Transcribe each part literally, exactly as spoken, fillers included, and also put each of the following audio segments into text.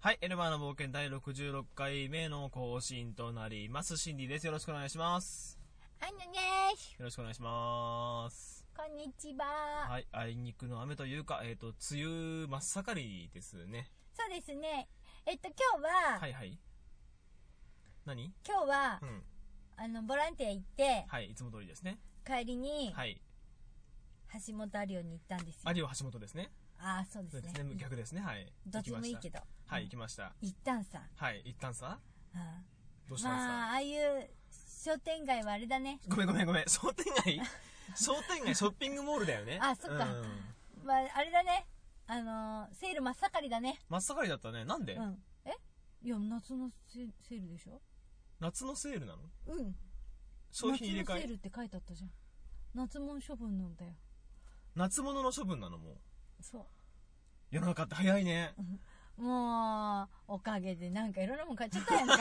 はい、エルマーの冒険だいろくじゅうろっかいめの更新となります。シンディです。よろしくお願いします。 あのねーよろしくお願いします。 こんにちは。 はい、あいにくの雨というか、えっ、ー、と、梅雨真っ盛りですね。 そうですね。えっと、今日は、 はいはい。何？ 今日は、 うん。 あの、ボランティア行って、 はい、いつも通りですね。 帰りに、 はい。 橋本有オに行ったんですよ。 有オ橋本ですね。 ああ、そうですね。 そうですね、逆ですね、はい。 どっちでもいいけど。 はい、行きました。 行ったんさ。 はい、行ったんさ。 うん、 どうしたんさ。 まあ、ああいう商店街はあれだね。 ごめんごめんごめん。商店街商店街、ショッピングモールだよね。 あ、そっか。うん、まあ、あれだね。あのー、セール真っ盛りだね。 真っ盛りだったね。なんで？ うん。え？いや、夏のセールでしょ？ 夏のセールなの？ うん。 商品入れ替え？夏のセールって書いてあったじゃん。夏物処分なんだよ。 夏物の処分なのもう。 そう。 世の中って早いね。 もう、おかげでなんかいろんなもん買っちゃったやんか。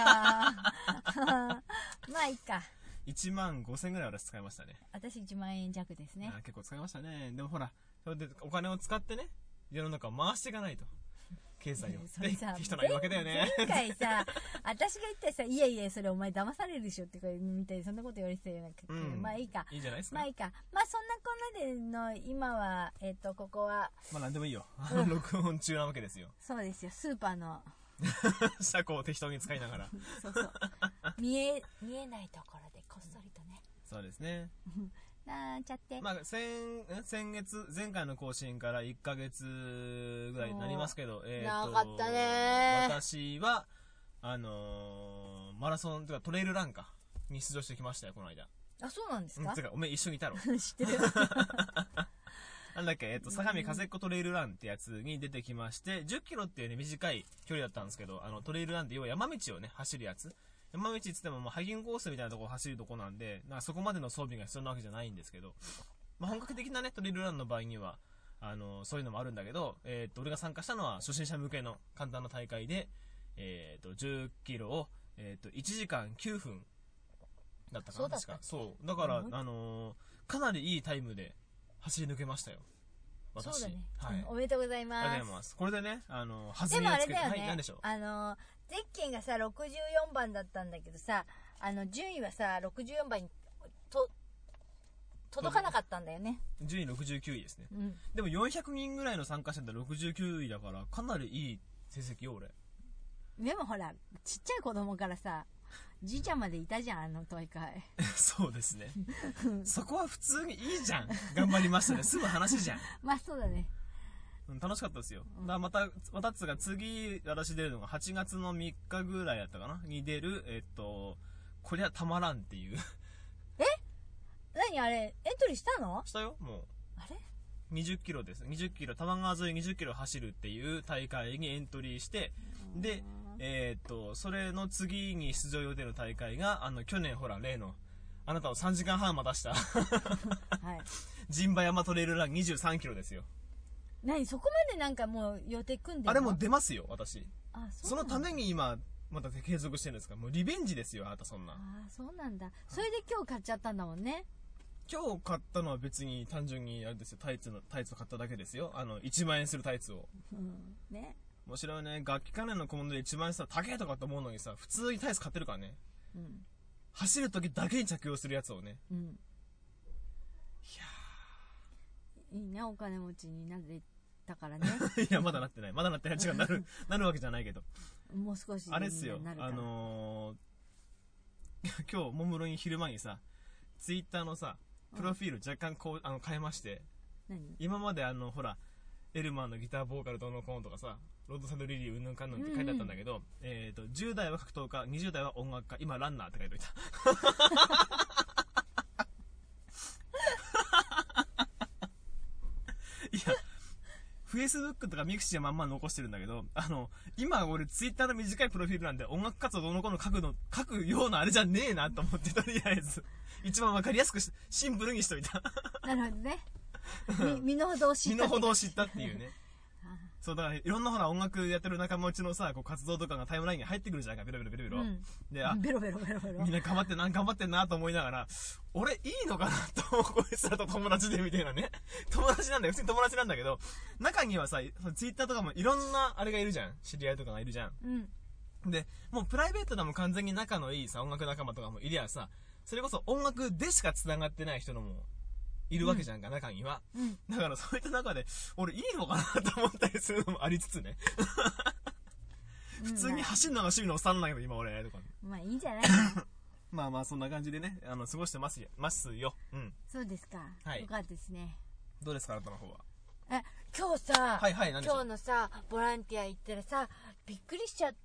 まあいいか。 いちまんごせんぐらい私使いましたね。 私いちまんえん弱ですね。 あ、結構使いましたね。でもほら、それでお金を使ってね、世の中を回していかないと。経済を。 それさ、 人の言い訳だよね。 前回さ、私が言ってさ、いやいや、それお前騙されるでしょってこうみたいにそんなこと言われてたような、うん、まあいいか。 いいじゃないですか。 まあいいか。まあそんなこんなでの、今は、えっと、ここは。 まあなんでもいいよ。うん、録音中なわけですよ。 そうですよ、スーパーの。 車庫を適当に使いながら。 そうそう。見え、見えないところでこっそりとね。 そうですね。 なんちゃって。 まあ、先、先月、前回の更新からいっかげつぐらいになりますけど、えーと、長かったねー。私は、あのー、マラソンとかトレイルランか、に出場してきましたよ、この間。 あ、そうなんですか？ うん、てか、おめえ一緒にいたろ。 知ってる。 なんだっけ、えっと、相模風っ子トレイルランってやつに出てきまして、じゅっキロっていうね、短い距離だったんですけど、あの、トレイルランって要は山道をね、走るやつ。山道って言っても、まあ、ハイキングコースみたいなところを走るとこなんで、なんかそこまでの装備が必要なわけじゃないんですけど、まあ、本格的なね、トレイルランの場合には、あの、そういうのもあるんだけど、えー、っと、俺が参加したのは初心者向けの簡単な大会で、えー、っと、じゅっキロを、えー、っと、いちじかんきゅうふんだったかな、確か。そう。だから、うん、あのー、かなりいいタイムで走り抜けましたよ。私。 そうだね。 はい。 おめでとうございます。 ありがとうございます。これでね、あのー、弾みをつけて。 でもあれだよね。 はい、なんでしょう。 あのー、ゼッケンがさ、ろくじゅうよんばんだったんだけどさ、あの、順位はさ、ろくじゅうよんばんに、と、届かなかったんだよね。 順位ろくじゅうきゅういですね。 うん。 でもよんひゃくにんぐらいの参加者でろくじゅうきゅういだから、かなりいい成績よ、俺。 でもほら、ちっちゃい子供からさ、じいちゃんまでいたじゃん、あの大会。 そうですね。そこは普通にいいじゃん。頑張りましたね。済む話じゃん。 まあそうだね。 うん、楽しかったですよ。だまた、またつが次、私出るのがはちがつのみっかぐらいやったかなに出る、えっと、こりゃたまらんっていう。 え？何あれ、エントリーしたの？ したよ、もう。 あれ？ にじゅっキロです。にじゅっキロ、玉川沿いにじゅっキロ走るっていう大会にエントリーして、で、えー、っと、それの次に出場予定の大会が、あの、去年ほら、例の、あなたをさんじかんはん待たした。 はい。 陣馬山トレイルランにじゅうさんキロですよ。 何そこまでなんかもう予定組んでるの？ あれも出ますよ、私。 あ、そう。 そのために今、また継続してるんですか？もうリベンジですよ、あなたそんな。 ああ、そうなんだ。それで今日買っちゃったんだもんね。 今日買ったのは別に単純にあれですよ、タイツの、タイツを買っただけですよ。あの、いちまんえんするタイツを。 うん。ね。 面白いね。楽器関連の小物でいちまんえんさ、高えとかって思うのにさ、普通にタイツ買ってるからね。 うん。 走るときだけに着用するやつをね。 うん。いやー。いいね、お金持ちになれたからね。 いや、まだなってない。まだなってない。違う、なる、なるわけじゃないけど。 もう少し。 あれっすよ。あのー、今日、もむろに昼間にさ、ツイッターのさ、プロフィール若干こう、あの、変えまして。 何？ 今まであの、ほら、エルマンのギターボーカルどうのこうのとかさ、ロードサンドリリーうんぬんかんぬんって書いてあったんだけど、うんうん、えっと、じゅう代は格闘家、にじゅう代は音楽家、今ランナーって書いておいた。いや、フェイスブックとかミクシーはまんま残してるんだけど、あの、今俺ツイッターの短いプロフィールなんで音楽活動どうのこうの書くの、書くようなあれじゃねえなと思って、とりあえず、一番わかりやすくシンプルにしといた。 なるほどね。身の程を知った。 身の程を知ったっていうね。 そう、だからいろんなほら音楽やってる仲間内のさ、こう活動とかがタイムラインに入ってくるじゃんか、ベロベロベロベロ。 うん、 で、あ、 ベロベロベロベロ。 みんな頑張ってんな、頑張ってんなと思いながら、俺いいのかなと思う、こいつらと友達でみたいなね。友達なんだよ、普通に友達なんだけど、中にはさ、ツイッターとかもいろんなあれがいるじゃん。知り合いとかがいるじゃん。 うん。 で、もうプライベートでも完全に仲のいいさ、音楽仲間とかもいりゃさ、それこそ音楽でしか繋がってない人のも、いるわけじゃんか、うん、中には、うん、だからそういった中で俺いいのかなと思ったりするのもありつつね普通に走るのが趣味のおっさんなんだけど今俺とか、 まあいいんじゃないまあまあそんな感じでね、あの過ごしてますよ、ますよ、うん、 そうですか、はい、よかったですね。 どうですか、あなたの方は。 え、今日さ、 はいはい、何でしょう。 今日のさボランティア行ったらさびっくりしちゃった。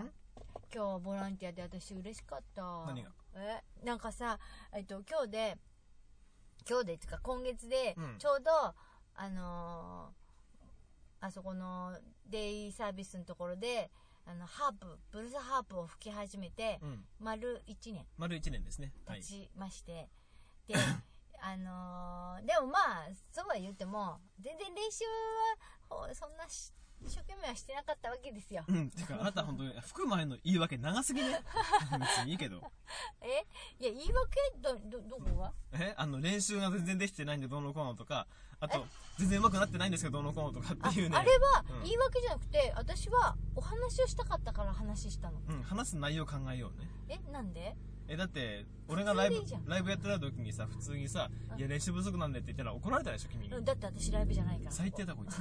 今日ボランティアで私嬉しかった。 何が。 え、なんかさ、えっと今日で今日でつか今月でちょうど、うん、あのー、あそこのデイサービスのところであのハープブルースハープを吹き始めて、うん、丸いちねん丸いちねんですね経ちまして、はい、であのー、でもまあそうは言っても全然練習はそんなし一生懸命はしてなかったわけですよ。 うん、てかあなた本当に吹く前の言い訳長すぎね別にいいけどえ、いや言い訳ど、ど、どこがえ、あの練習が全然できてないんでどうのこうのとか、あと全然上手くなってないんですけどどうのこうのとかっていうね。 あ, あれは言い訳じゃなくて、うん、私はお話をしたかったから話したの。 うん、話す内容考えようね。 え、なんで。 え、だって俺がライブライブやってた時にさ、普通にさ、いや練習不足なんでって言ったら怒られたでしょ君に。 だって私ライブじゃないから。 最低だこいつ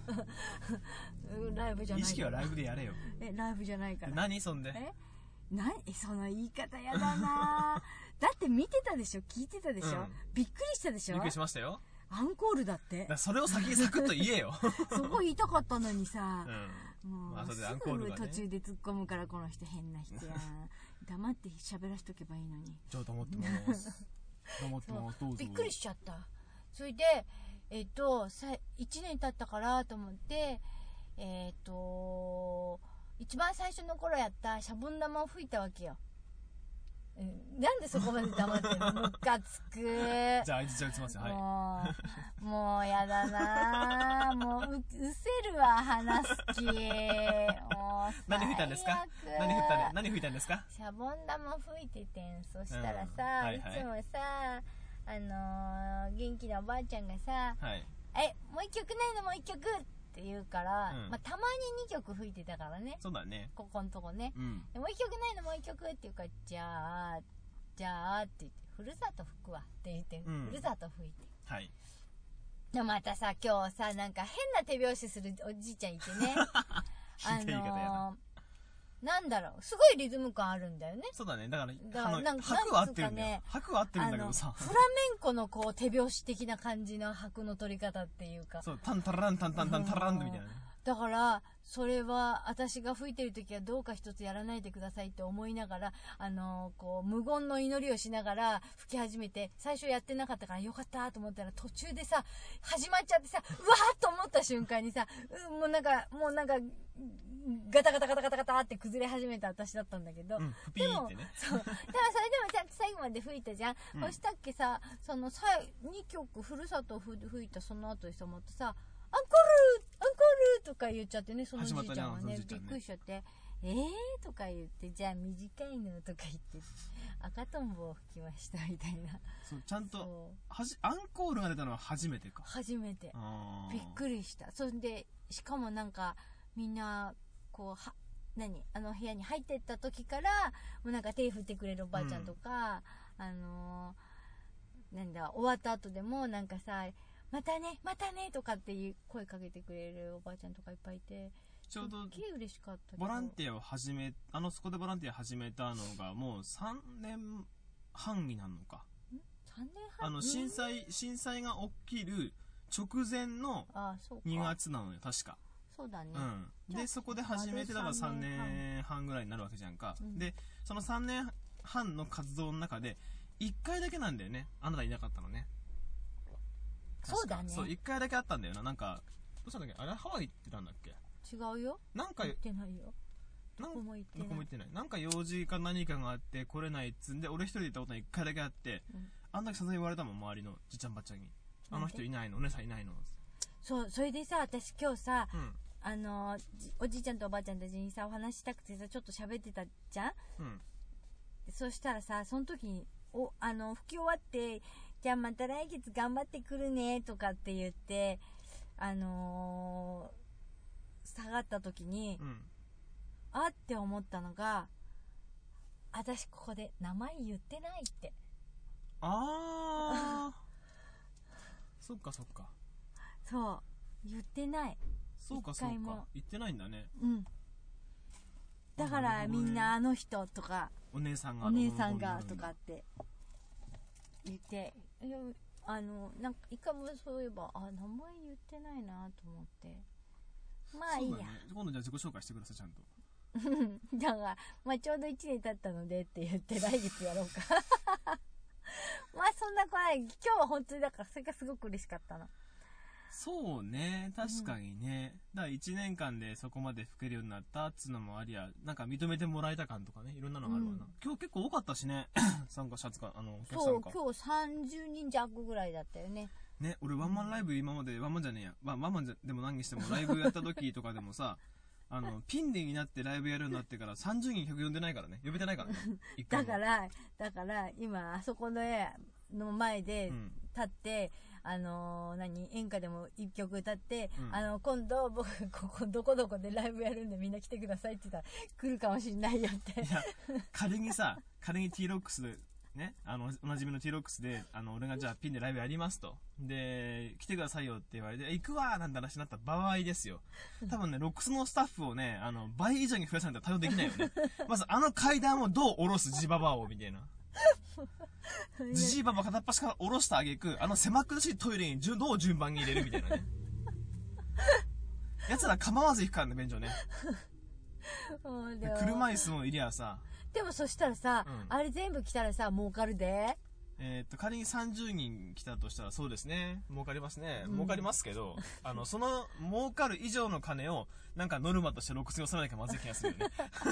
ライブじゃないから。 意識はライブでやれよ。 え、ライブじゃないから。 何そんで。 え、なえ、その言い方やだなだって見てたでしょ、聞いてたでしょ、うん、びっくりしたでしょ。 びっくりしましたよ。 アンコールだって。 だそれを先にサクッと言えよそこ言いたかったのにさ、 うん、 もう、 まあ、それでアンすコールがね、 ぐ途中で突っ込むからこの人変な人や黙って喋らしとけばいいのに。 ちょっと思ってます黙ってます、どうぞ。 びっくりしちゃった。それでえっとさいちねん経ったからと思って、えっと一番最初の頃やったシャボン玉を吹いたわけよ。なんでそこまで黙ってるの。ムカつく。 じゃああいつじゃあ打ちますよ。はい。 もうもうやだなぁ。もう う, うせるわ話す気。もう何吹いたんですか。何吹いたん何吹いたんですか。 シャボン玉吹いててん。そしたらさ、うんはいはい、いつもさあのー、元気なおばあちゃんがさ、はい、えもう一曲ないのもう一曲って言うから、うん、まあ、たまににきょく吹いてたからね。 そうだね。 ここんとこね、 うん、 もう一曲ないのもう一曲って言うから、じゃあじゃあって言って、ふるさと吹くわって言って、うん、ふるさと吹いて、 はい。 でまたさ今日さなんか変な手拍子するおじいちゃんいてねあのーなんだろう、すごいリズム感あるんだよね。 そうだね。だから、 だからなんか拍は合ってるんだよ。拍は合ってるんだけどさ。 フラメンコのこう手拍子的な感じの拍の取り方っていうか。 そう、タンタランタンタンタンタランみたいなね。 だから、それは私が吹いてる時はどうか一つやらないでくださいって思いながら、あのー、こう、無言の祈りをしながら吹き始めて、最初やってなかったからよかったと思ったら途中でさ、始まっちゃってさ、うわーっと思った瞬間にさ、うもうなんか、もうなんか、ガタガタガタガタガタって崩れ始めた私だったんだけど、うん、 でも、ね、 そう、でもそれでもちゃんと最後まで吹いたじゃん。うん、そしたっけさ、そのにきょくふるさとを吹いたその後にさ、またさ、アンコールアンコールとか言っちゃってね、そのじいちゃんはね、びっくりしちゃって、えーとか言って、じゃあ短いのとか言って、赤とんぼを吹きましたみたいな。 そう、ちゃんと、はじ、アンコールが出たのは初めてか。 初めて。びっくりした。そんで、しかもなんか、みんな、こう、は、何あの部屋に入ってった時から、もうなんか手振ってくれるおばあちゃんとか、うん、あのー、なんだ、終わった後でもなんかさ、またねまたねとかっていう声かけてくれるおばあちゃんとかいっぱいいて、 ちょうど嬉しかったけど、 ボランティアを始めあのそこでボランティア始めたのがもうさんねんはんになるのか。 んさんねんはん。 あの震災震災が起きる直前のにがつなのよ確か。 そうだね。 うん。でそこで始めてだからさんねんはんぐらいになるわけじゃんか。うん、でそのさんねんはんの活動の中でいっかいだけなんだよね。あなたいなかったのね。 そうだね。 そう、一回だけあったんだよな。なんか、どうしたんだっけあれハワイ行ってたんだっけ。 違うよ。 なんか、 行ってないよ。 どこも行ってない。どこも行ってない。なんか用事か何かがあって来れないっつんで、俺一人で行ったことが一回だけあって、うん、あんだけさすがに言われたもん、周りのじちゃんばっちゃんに。あの人いないの、お姉さんいないの。 そう、それでさ、私今日さ、うん、 あのおじいちゃんとおばあちゃんたちにさお話したくてさちょっと喋ってたじゃん、 うん、 そしたらさその時におあの吹き終わってじゃあまた来月頑張ってくるねとかって言ってあのー、下がった時に、うん、あって思ったのが私ここで名前言ってないって。 ああそっかそっかそう言ってない。 そうかそうか言ってないんだね。 うんだからみんなあの人とかお姉さんがお姉さんがとかって言ってあのなんか一回もそういえばあ名前言ってないなと思ってまあいいや、ね、 今度じゃあ自己紹介してくださいちゃんとだから、まあ、ちょうどいちねん経ったのでって言って来月やろうかまあそんな声今日は本当にだからそれがすごく嬉しかったの。 そうね確かにね、うん、だからいちねんかんでそこまで吹けるようになったっつうのもありやなんか認めてもらえた感とかねいろんなのがあるわな、うん、今日結構多かったしね参加者つかあのお客さんかそう今日さんじゅうにん弱ぐらいだったよね。 ね俺ワンマンライブ今までワンマンじゃねえやワンマンでも何にしてもライブやった時とかでもさあのピンでになってライブやるようになってからさんじゅうにん客呼んでないからね呼べてないからねだからだから今あそこの絵の前で立って、うん、あのー、何演歌でも一曲歌って、うん、あの今度僕ここどこどこでライブやるんでみんな来てくださいって言ったら来るかもしんないよっていや仮にさ仮に T ロックスでね、あのおなじみの T ロックスであの俺がじゃあピンでライブやりますとで来てくださいよって言われて行くわーなんて話になった場合ですよ多分ねロックスのスタッフをねあの倍以上に増やさないと対応できないよねまずあの階段をどう下ろすジババをみたいなジジイババ片っ端から下ろしたあげくあの狭苦しいトイレにどう順番に入れるみたいなねやつら構わず行くからね便所ね車椅子もいりゃさでもそしたらさ、うん、あれ全部来たらさ儲かるでえー、っと仮にさんじゅうにん来たとしたらそうですね儲かりますね、うん、儲かりますけどあのその儲かる以上の金をなんかノルマとしてロックスに収めなきゃまずい気がするよね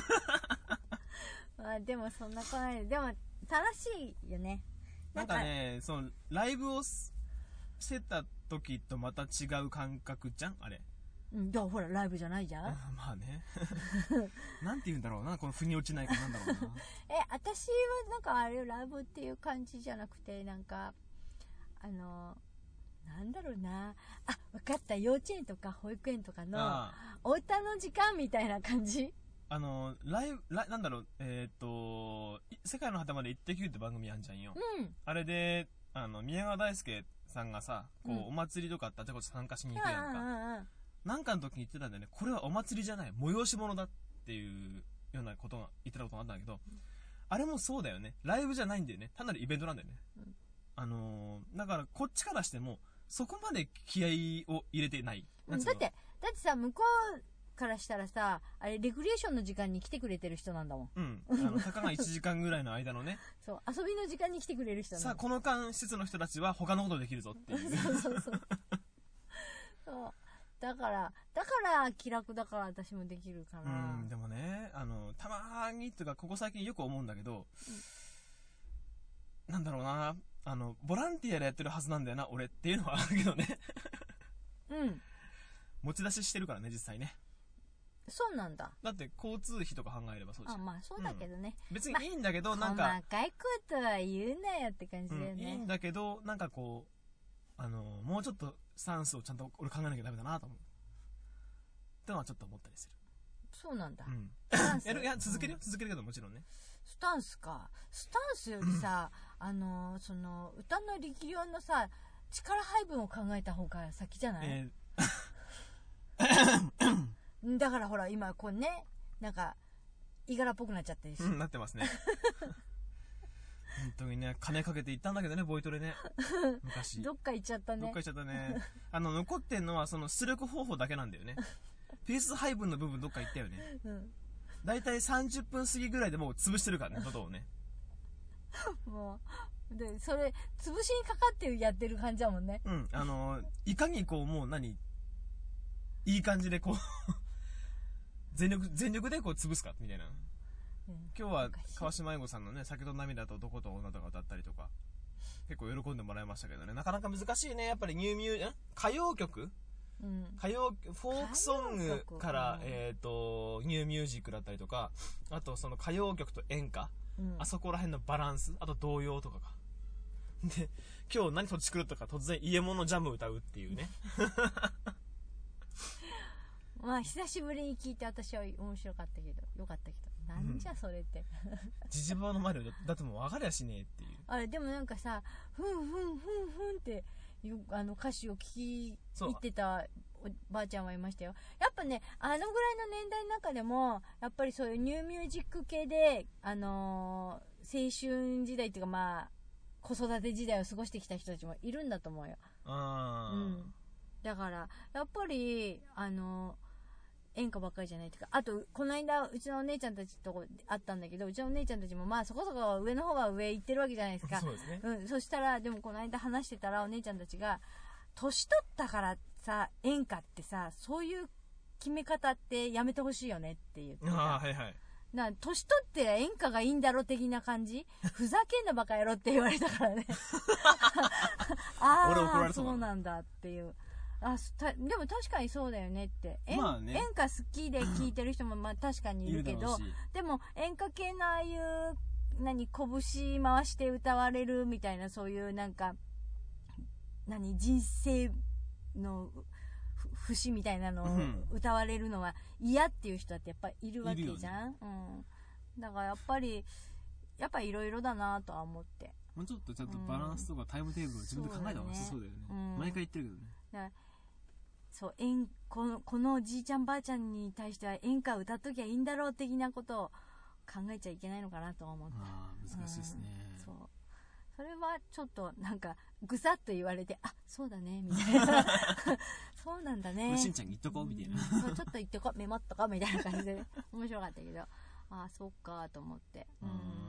まあでもそんなことないでも楽しいよねなんかねそのライブをしてた時とまた違う感覚じゃんあれうん、だからほらライブじゃないじゃん。 まあねなんて言うんだろうなこの腑に落ちないかなんだろうなえ私はなんかあれライブっていう感じじゃなくてなんかあのなんだろうなあ分かった幼稚園とか保育園とかのお歌の時間みたいな感じあのライブラなんだろうえー、っと世界の果てまでイッテ Q って番組あんじゃんよ、うん、あれであの宮川大輔さんがさこう、うん、お祭りとかあったら参加しに行くやんか、うんうんうんなんかの時に言ってたんだよねこれはお祭りじゃない催し物だっていうようなことが言ってたことがあったんだけど、うん、あれもそうだよねライブじゃないんだよね単なるイベントなんだよね、うん、あのー、だからこっちからしてもそこまで気合を入れてないだってだってさ向こうからしたらさあれレクリエーションの時間に来てくれてる人なんだもんうんあのたかがいちじかんぐらいの間のねそう遊びの時間に来てくれる人なんださあこの間施設の人たちは他のことできるぞっていうそうそうそうそうだからだから気楽だから私もできるから。 うんでもねあのたまにとかここ最近よく思うんだけど、うん、なんだろうなあのボランティアでやってるはずなんだよな俺っていうのはあるけどねうん持ち出ししてるからね実際ね。 そうなんだ。 だって交通費とか考えればそうじゃん。 あまあそうだけどね、 うん、別にいいんだけど、ま、なんか細かいことは言うなよって感じだよね、 うん、いいんだけどなんかこうあのもうちょっとスタンスをちゃんと俺考えなきゃダメだなと思うってのはちょっと思ったりする。 そうなんだ、うん、 やるいや続けるよ、うん、続けるけどもちろんねスタンスかスタンスよりさ、うん、あのその歌の力量のさ力配分を考えた方が先じゃない、えー、だからほら今こうねなんかいがらっぽくなっちゃってるし、 うん、なってますね本当にね金かけて行ったんだけどねボイトレね昔どっか行っちゃったねどっか行っちゃったねあの残ってんのはその出力方法だけなんだよねペース配分の部分どっか行ったよね、うん、だいたいさんじゅっぷん過ぎぐらいでもう潰してるからね喉をねもうでそれ潰しにかかってやってる感じだもんね。 うんあのいかにこうもう何いい感じでこう全力全力でこう潰すかみたいな、うん、今日は川島英語さんのね酒と涙と男と女とか歌ったりとか結構喜んでもらいましたけどねなかなか難しいねやっぱりニューミュー歌謡曲うん、 歌謡フォークソングから、 うん、 えっ、ー、とニューミュージックだったりとか、あとその歌謡曲と演歌、うん、あそこら辺のバランス、あと童謡とかがで、今日何土地狂ったか突然家物ジャム歌うっていうねまあ久しぶりに聞いて私は面白かったけど、よかったけど、なんじゃそれって、 ジジバーの前でだってもう分かりゃしねえっていう。あれでもなんかさ、ふんふんふんふんってよあの歌詞を聞き入ってたおばあちゃんはいましたよ。やっぱね、あのぐらいの年代の中でもやっぱりそういうニューミュージック系で、あのー、青春時代っていうか、まあ子育て時代を過ごしてきた人たちもいるんだと思うよ。 あ、 うん、だからやっぱりあの演歌ばっかりじゃないっていうか、あとこの間うちのお姉ちゃんたちとこあったんだけど、うちのお姉ちゃんたちもまあそこそこ上の方が上行ってるわけじゃないですか。 そうですね。 うん、そしたらでもこの間話してたらお姉ちゃんたちが、年取ったからさ演歌ってさ、そういう決め方ってやめてほしいよねって言ってた。 あ、はいはい。 な年取って演歌がいいんだろ的な感じ、ふざけんなバカ野郎って言われたからねあ俺怒られそうだな。 そうなんだっていう。あたでも確かにそうだよねって、 まあね、 演歌好きで聴いてる人もまあ確かにいるけどでも演歌系のああいう何拳回して歌われるみたいな、そういうなんか何人生の節みたいなのを歌われるのは嫌っていう人だってやっぱりいるわけじゃん、ね、うん、だからやっぱりやっぱいろいろだなとは思って、 もうちょっとちゃんとバランスとかタイムテーブルを自分で考えた方がそうだよね、うん、毎回言ってるけどね。だからそう演このこのおじいちゃんばあちゃんに対しては演歌を歌っときゃいいんだろう的なことを考えちゃいけないのかなと思って。 ああ難しいですね、 うん、そうそれはちょっとなんかぐさっと言われて、あそうだねみたいなそうなんだね、 しんちゃんに言っとこうみたいな、 うん、ちょっと言っとこうメモっとこうみたいな感じで面白かったけど、ああそっかと思って、うん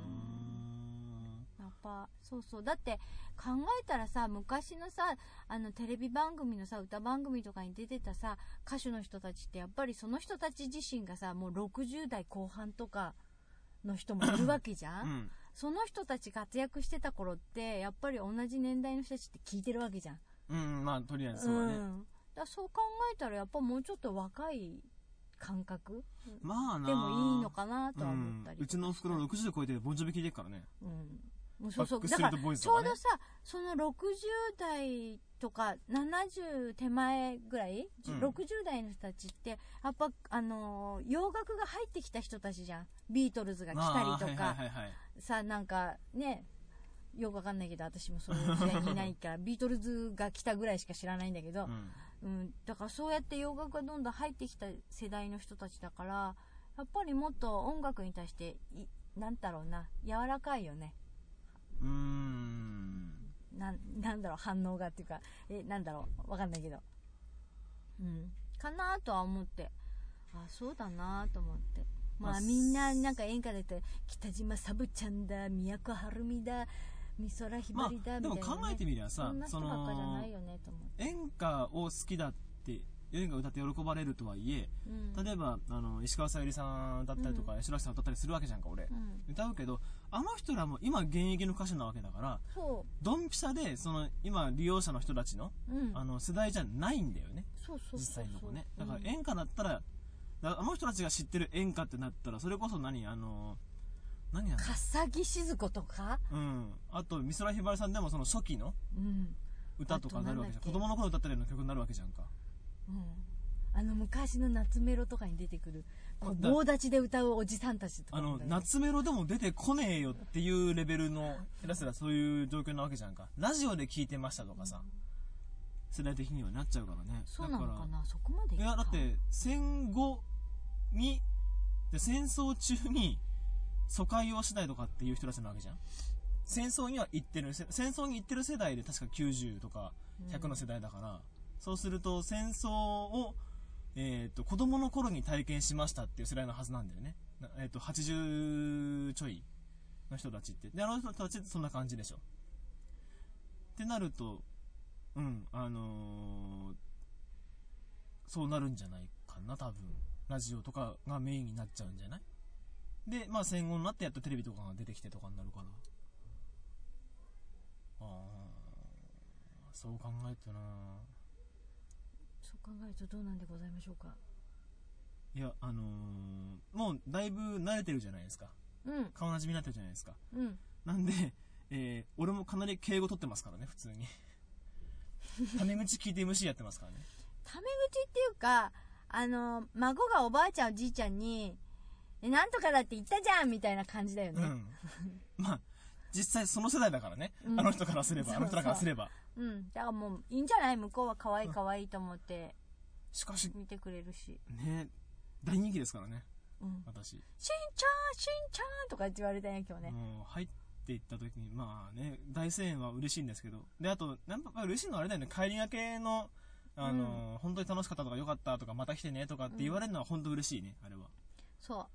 やっぱそうそう、だって考えたらさ、昔のさあのテレビ番組のさ歌番組とかに出てたさ歌手の人たちってやっぱりその人たち自身がさもうろくじゅう代後半とかの人もいるわけじゃん、うん、その人たち活躍してた頃ってやっぱり同じ年代の人たちって聞いてるわけじゃん。 うん、まあとりあえずそうだね、うん、 だそう考えたらやっぱもうちょっと若い感覚、 まあなでもいいのかなとは思ったり、うん、 うちのおふくろろくじゅう超えてボンジョビ聞いてるからね、 うん、そうそう、だからちょうどさそのろくじゅう代とかななじゅう手前ぐらい、うん、ろくじゅう代の人たちってやっぱあのー、洋楽が入ってきた人たちじゃん。ビートルズが来たりとか、はいはいはいはい、さなんかねよくわかんないけど私もそういう時代にいないからビートルズが来たぐらいしか知らないんだけど、うんうん、だからそうやって洋楽がどんどん入ってきた世代の人たちだからやっぱりもっと音楽に対していなんだろうな柔らかいよね。 うーんな, なんだろう反応がっていうかえなんだろうわかんないけど、うんかなとは思って、あそうだなと思って、まあみんななんか演歌で言って北島サブちゃんだ都はるみだ美空ひばりだみたいな、ね、 まあ、でも考えてみりゃさそんな人ばっかじゃないよねと思って、 演歌を好きだって演歌歌って喜ばれるとはいえ、うん、例えばあの石川さゆりさんだったりとか、うん、白石さん歌ったりするわけじゃんか俺、うん、歌うけどあの人らも今現役の歌手なわけだからドンピシャでその今利用者の人たちの、うん、あの世代じゃないんだよね。 そうそうそうそう、 実際のとこね。だから演歌だったら、うん、あの人たちが知ってる演歌ってなったらそれこそ何あの何や笠木静子とか、 うん、あと美空ひばりさんでもその初期の歌とかになるわけじゃん、子供の頃歌ったりの曲になるわけじゃんか、 うん、あの昔の夏メロとかに出てくるこう棒立ちで歌うおじさんたちとか、 あの夏メロでも出てこねえよっていうレベルのヘラスラそういう状況なわけじゃんか。ラジオで聞いてましたとかさ、うん、世代的にはなっちゃうからね。 そうなのかな、そこまでいいやだって戦後に戦争中に疎開をしないとかっていう人たちなわけじゃん。戦争には行ってる戦争に行ってる世代で確かきゅうじゅうとかひゃくの世代だから、うん、そうすると戦争を、えー、と子供の頃に体験しましたっていう世代のはずなんだよね。えー、とはちじゅうちょいの人たちってであの人たちってそんな感じでしょってなるとうんあのー、そうなるんじゃないかな多分。ラジオとかがメインになっちゃうんじゃない。でまあ戦後になってやっとテレビとかが出てきてとかになるから、ああそう考えるとなそっ考えるとどうなんでございましょうか。 いや、あのー、もうだいぶ慣れてるじゃないですか。 うん。 顔なじみになってるじゃないですか。 うん。 なんで、えー、俺もかなり敬語取ってますからね、普通に。タメ口聞いて エムシー やってますからね。 タメ口っていうか、あの、孫がおばあちゃんおじいちゃんに、え、なんとかだって言ったじゃんみたいな感じだよね。 うん。まあ、実際その世代だからね。 うん、 あの人からすれば、あの人らからすれば。 うん。だからもう、いいんじゃない？向こうは可愛い可愛いと思って。 しかし、 見てくれるし。 ね、大人気ですからね。うん。私。 しんちゃん、しんちゃんとかって言われたんや、今日ね。 もう、入っていった時に、まあね、大声援は嬉しいんですけど。で、あと、なんか嬉しいのはあれだよね、帰りがけの、あの、うん、本当に楽しかったとか良かったとか、また来てねとかって言われるのは本当嬉しいね、あれは。 そう。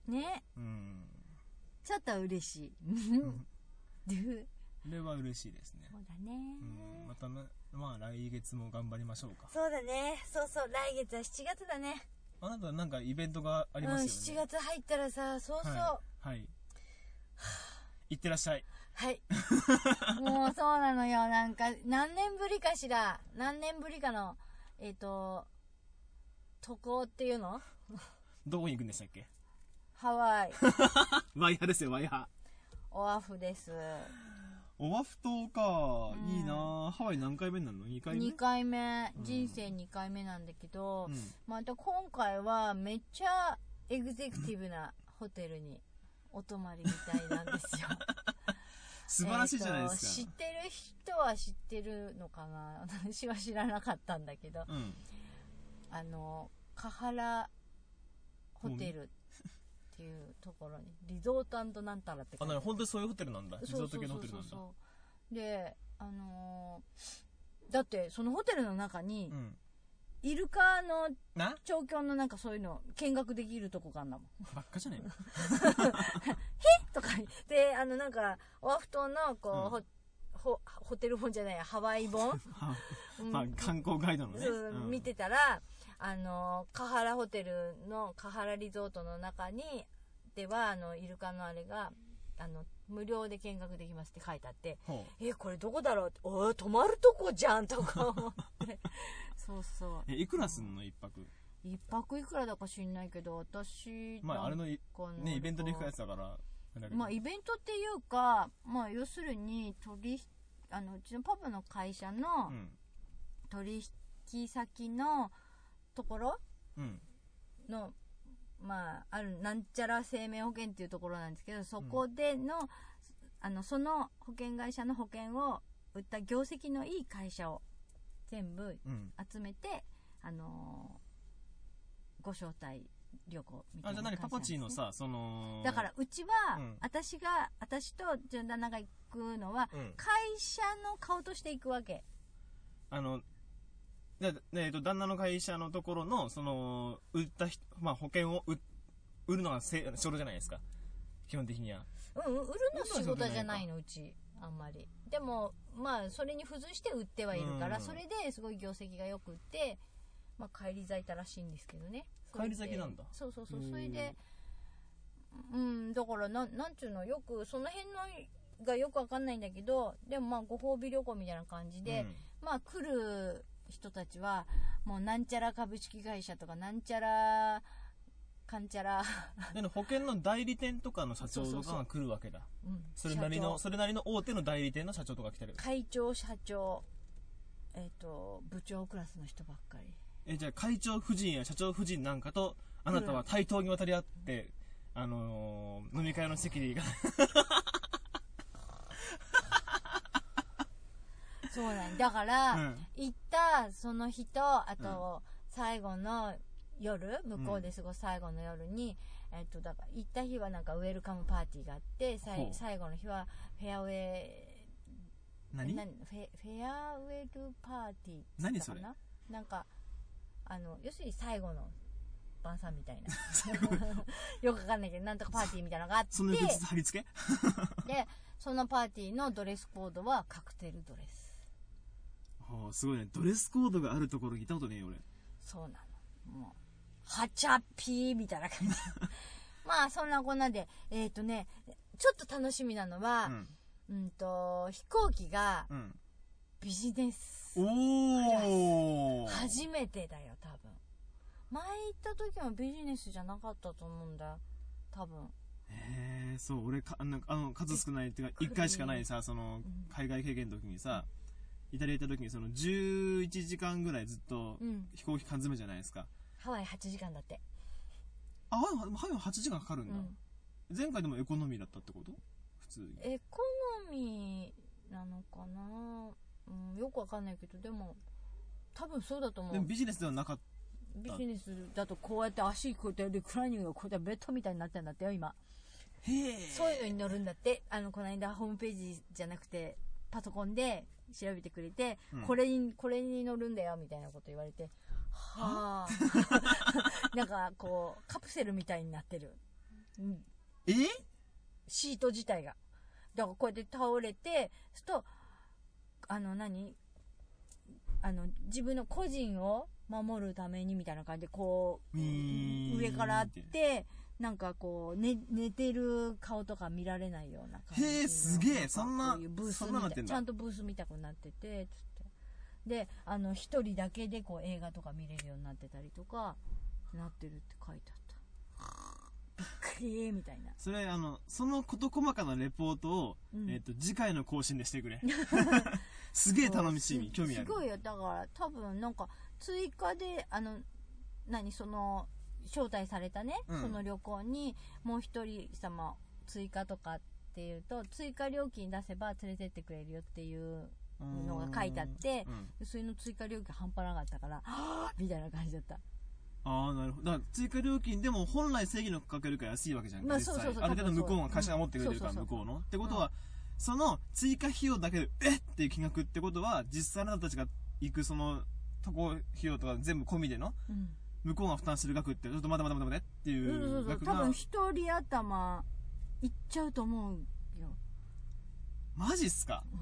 ね。うん。ちょっと嬉しい。 それは嬉しいですね。 そうだね。 うん。またな、まあ来月も頑張りましょうか。 そうだね。そうそう、来月はしちがつだね。 あなたなんかイベントがありますよね。うん、 しちがつ入ったらさ、そうそう。 はい。はい、いってらっしゃい。 はい。もうそうなのよ。なんか、何年ぶりかしら。何年ぶりかの、えっと、渡航っていうの？ どこに行くんでしたっけ？ ハワイ。 ワイハですよ、ワイハ。 オアフです。 オアフ島か、うん、いいな。ハワイ何回目なの？ に 回目 ? に 回目。人生にかいめなんだけど、うん、また今回はめっちゃエグゼクティブなホテルにお泊まりみたいなんですよ。 素晴らしいじゃないですか。 知ってる人は知ってるのかな。私は知らなかったんだけど、うん、あのカハラホテルっていうところにリゾートなんたらってあ、なに本当にそういうホテルなんだ。リゾート系のホテルなんだ。そうそうそうそうで、あのー、だってそのホテルの中に、うん、イルカの調教のなんかそういうの見学できるとこがあんだもん。 ばっかじゃねえの。 へとか言ってあのなんかオアフ島のこう、うん、ホ, ホテル本じゃないハワイ本まあ、観光ガイドのね、 うん、見てたらあのカハラホテルのカハラリゾートの中にではあのイルカのあれがあの無料で見学できますって書いてあって、えこれどこだろうって、おい泊まるとこじゃんとか思ってそうそう。 えいくらすんの一泊？ 一泊いくらだか知んないけど私まああれのねイベントで行くやつだから。 まあイベントっていうかまあ要するに取りあのうちのパパの会社の取引先のところの、うん、まああるなんちゃら生命保険っていうところなんですけど、そこでの、うん、あのその保険会社の保険を売った業績のいい会社を全部集めて、うん、あのー、ご招待旅行みたいな感じなんですね。あ、じゃあ何パパチーのさそのだからうちは、うん、私が私と純旦那が行くのは、うん、会社の顔として行くわけ。 あので、えー、と旦那の会社のところのその売った人、まあ、保険を 売, 売るのが仕事じゃないですか基本的には。 うん売るの仕事じゃないのうちあんまり。でもまあそれに付随して売ってはいるから、うん、それですごい業績がよくって、まあ、返り咲いたらしいんですけどね。 返り咲きなんだ。 そうそうそう。それでうんだからななんちゅうのよくその辺のがよくわかんないんだけど、でもまあご褒美旅行みたいな感じで、うん、まあ来る人たちはもうなんちゃら株式会社とかなんちゃらかんちゃらで保険の代理店とかの社長とかが来るわけだ。そうそうそう、うん、それなりのそれなりの大手の代理店の社長とか来てる。 会長社長えっ、ー、と部長クラスの人ばっかり。 えじゃあ会長夫人や社長夫人なんかとあなたは対等に渡り合って、うん、あのー、飲み会の席でいいかそうなんだから、うん、行ったその日とあと、うん、最後の夜向こうで過ごす最後の夜に、うん、えっとだから行った日はなんかウェルカムパーティーがあって、最後の日はフェアウェイ何？ 何フェフェアウェルパーティー何それ？ なんかあの要するに最後の晩餐みたいなよくわかんないけどなんとかパーティーみたいなのがあって、 その別貼り付けでそのパーティーのドレスコードはカクテルドレス。 はあ、すごいね。ドレスコードがあるところにいたことねえよ俺。 そうなの。もうハチャピーみたいな感じまあそんなこんなでえっ、ー、とねちょっと楽しみなのは、うん、うんと飛行機が、うんビジネスおー初めてだよ多分。前行った時もビジネスじゃなかったと思うんだ多分。 へえ、そう俺かあのあの数少ないっていうかいっかいしかないさ、その海外経験の時にさ、イタリア行った時にそのじゅういちじかんぐらいずっと飛行機缶詰じゃないですか、 ハワイはちじかんだって。 あ、ハワイははちじかんかかるんだ、 うん、 前回でもエコノミーだったってこと？普通にエコノミーなのかな、うん、よくわかんないけど、でも多分そうだと思う。 でもビジネスではなかった。 ビジネスだとこうやって足こうやってリクライニングがこうやってベッドみたいになってるんだってよ今。 へえ。 そういうのに乗るんだって。あのこの間ホームページじゃなくてパソコンで調べてくれて、うん、これにこれに乗るんだよみたいなこと言われて、はあなんかこうカプセルみたいになってる、うん、 えシート自体がだからこうやって倒れてするとあの何あの自分の個人を守るためにみたいな感じでこう上からあってなんかこう、ね、寝てる顔とか見られないような感じの。 へえ、すげえ、そんなブースみたいちゃんとブース見たくなっててつってであの一人だけでこう映画とか見れるようになってたりとかなってるって書いてあった。びっくりみたいな。 それあのその事細かなレポートを、うんえー、と次回の更新でしてくれすげえ頼みしみ興味ある。 すごいよ。だから多分なんか追加であの何その招待されたね、うん、その旅行にもう一人様追加とかっていうと追加料金出せば連れてってくれるよっていうのが書いてあって、うん、それの追加料金半端なかったからはぁみたいな感じだった。 ああなるほど。だから追加料金でも本来正義のかけるから安いわけじゃんか、 まあ、そうそうそう、 ある程度向こうが会社が持ってくれてるから向こうのってことは、うん、その追加費用だけでえっっていう金額ってことは実際あなたたちが行くその渡航費用とか全部込みでの、うん向こうが負担する額ってちょっと待て待て待て待てっていう額が、 多分一人頭いっちゃうと思うよ。 マジっすか、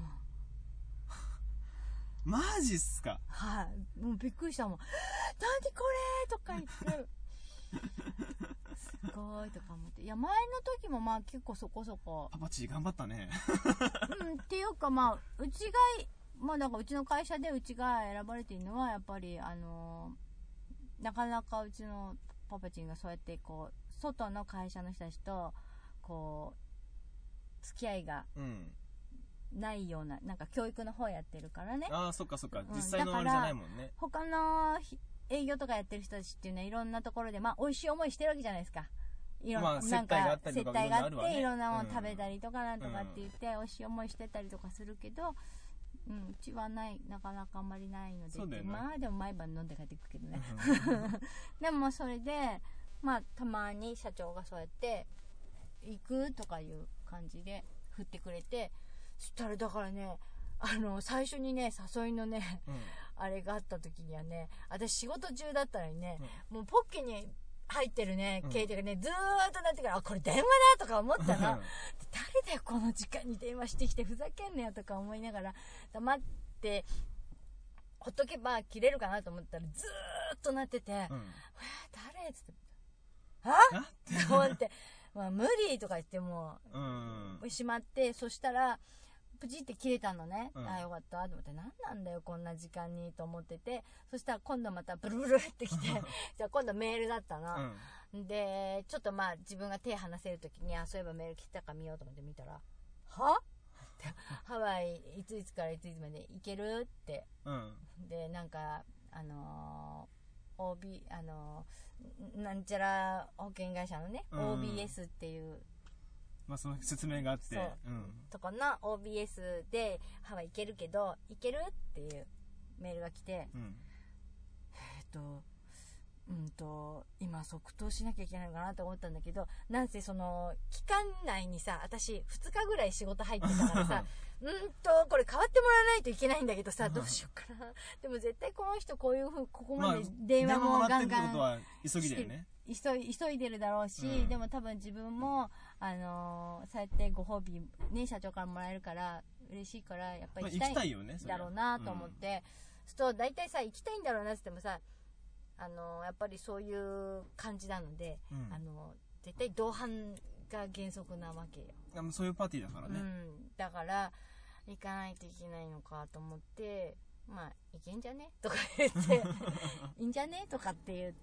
うん、マジっすか。 はい、もうびっくりしたもん。何これとか言ってすごいとか思って。いや前の時もまあ結構そこそこパパチ頑張ったねうんっていうかまあうちがまあなんかうちの会社でうちが選ばれているのはやっぱりあのーなかなかうちのパパチンがそうやってこう外の会社の人たちとこう付き合いがないような、なんか教育の方やってるからね。 ああそっかそっか、実際のあれじゃないもんね。 他の営業とかやってる人たちっていうのはいろんなところでまあ美味しい思いしてるわけじゃないですか。いろんな、まあ、 接待があったりとか接待があっていろんなもの食べたりとかなんとかって言って美味しい思いしてたりとかするけど、うん、うちはない、なかなかあんまりないので、ね、まあでも毎晩飲んで帰ってくるけどねでもそれでまあたまに社長がそうやって行くとかいう感じで振ってくれて、そしたらだからねあの最初にね誘いのね、うん、あれがあった時にはね私仕事中だったのにね、うん、もうポッケに入ってるね携帯がね、うん、ずーっとなってからあこれ電話だとか思ったの誰だよこの時間に電話してきてふざけんなよとか思いながら黙ってほっとけば切れるかなと思ったらずーっとなってて、うん、誰っつってはっと思ってまあ無理とか言ってもう、うん、しまって、そしたらプチって切れたのね、うん、あよかったと思って何なんだよこんな時間にと思ってて、そしたら今度またブルブルってきてじゃあ今度メールだったの、うん、でちょっとまあ自分が手離せる時にあそういえばメール来たか見ようと思って見たらはハワイいついつからいついつまで行けるって、うん、でなんかあのー、オービー あのー、なんちゃら保険会社のね、うん、オービーエス っていうまあ、その説明があって、 うん、とこの オービーエス でハワイ行けるけど行けるっていうメールが来て、うん、えっとうんと今即答しなきゃいけないのかなと思ったんだけど、なんせその期間内にさ私ふつかぐらい仕事入ってたからさうんとこれ変わってもらわないといけないんだけどさどうしようかなでも絶対この人こういうふうここまで電話もガンガン急ぎだよね、 急い、急いでるだろうし、うん、でも多分自分も、あのー、そうやってご褒美、ね、社長からもらえるから嬉しいからやっぱり行きたい、まあ、行きたいよね、だろうなと思って、うん、そう大体さ行きたいんだろうなって言ってもさ、あのー、やっぱりそういう感じなので、うん、あのー、絶対同伴が原則なわけよ。 そういうパーティーだからね、 うん、だから行かないといけないのかと思って、まあいけんじゃねとか言っていいんじゃねとかって言って、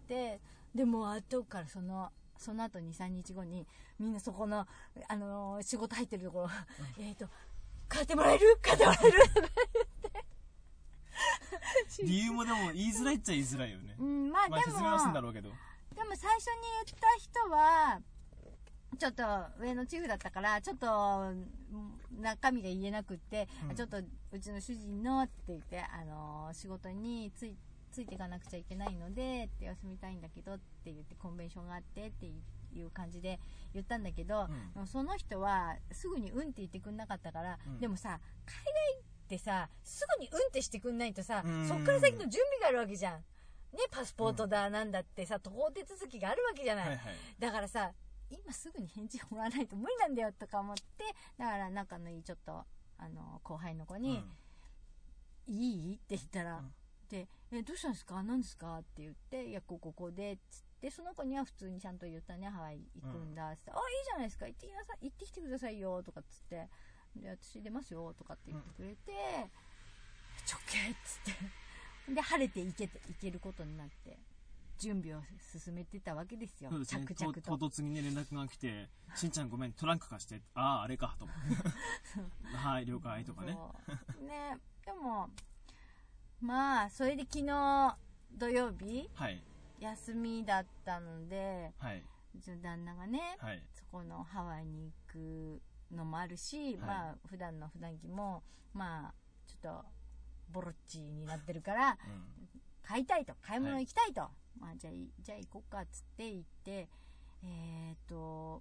でも後からそのその後に、さんにちごにみんなそこの、あのー、仕事入ってるところえっと買ってもらえる買ってもらえるとか言って理由もでも言いづらいっちゃ言いづらいよね。 うん、まあでも、 まあ、説明はするんだろうけど、 でも最初に言った人はちょっと上のチーフだったからちょっと中身が言えなくって、うん、ちょっとうちの主人のって言って、あのー、仕事についついていかなくちゃいけないのでって休みたいんだけどって言ってコンベンションがあってっていう感じで言ったんだけど、うん、その人はすぐにうんって言ってくんなかったから、うん、でもさ海外ってさすぐにうんってしてくんないとさ、そっから先の準備があるわけじゃんね。パスポートだなんだってさ、渡航手続きがあるわけじゃない、はいはい、だからさ今すぐに返事もらわないと無理なんだよとか思って、だから仲のいいちょっとあの後輩の子に、うん、いいって言ったら、うん、でえどうしたんですか何ですかって言って、いやこうこうこうでっつって、その子には普通にちゃんと言ったね、ハワイ行くんだっつって、うん、あいいじゃないですか行ってきなさい行ってきてくださいよとかっつって、で私出ますよとかって言ってくれて、うん、ちょけっつってで晴れて行けて行けることになって準備を進めてたわけですよ。そうですね、着々と唐突にね連絡が来てしんちゃんごめんトランク貸して、あああれかと思ってはい了解とかねね。でもまあそれで昨日土曜日、はい、休みだったので、はい、うちの旦那がね、はい、そこのハワイに行くのもあるし、はい、まあ普段の普段着もまあちょっとボロッチになってるから、うん、買いたいと買い物行きたいと、はい、まあ、じゃあじゃあ行こうかっつって行って、えーと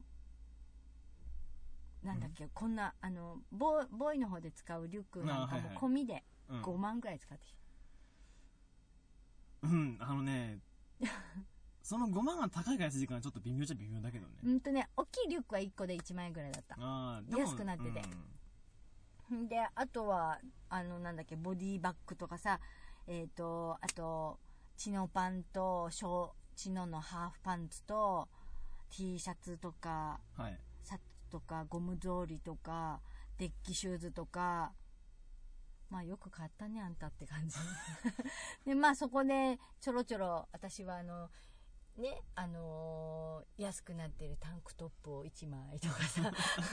なんだっけ、うん、こんなあのボー、ボーイの方で使うリュックなんかも込みでごまんぐらい使ってきた。うん、うん、あのねそのごまんが高いか安いかはちょっと微妙じゃ微妙だけどね。 うんとね、大きいリュックはいっこでいちまんえんぐらいだった。あでも安くなってて、うん、であとはあのなんだっけボディバッグとかさ、えーとあとチノパンとショチノのハーフパンツと T シャツとか、はい、シャツとかゴム草履とかデッキシューズとか、まあよく買ったねあんたって感じでまあそこでちょろちょろ私はあのねあのー、安くなってるタンクトップをいちまいとかさ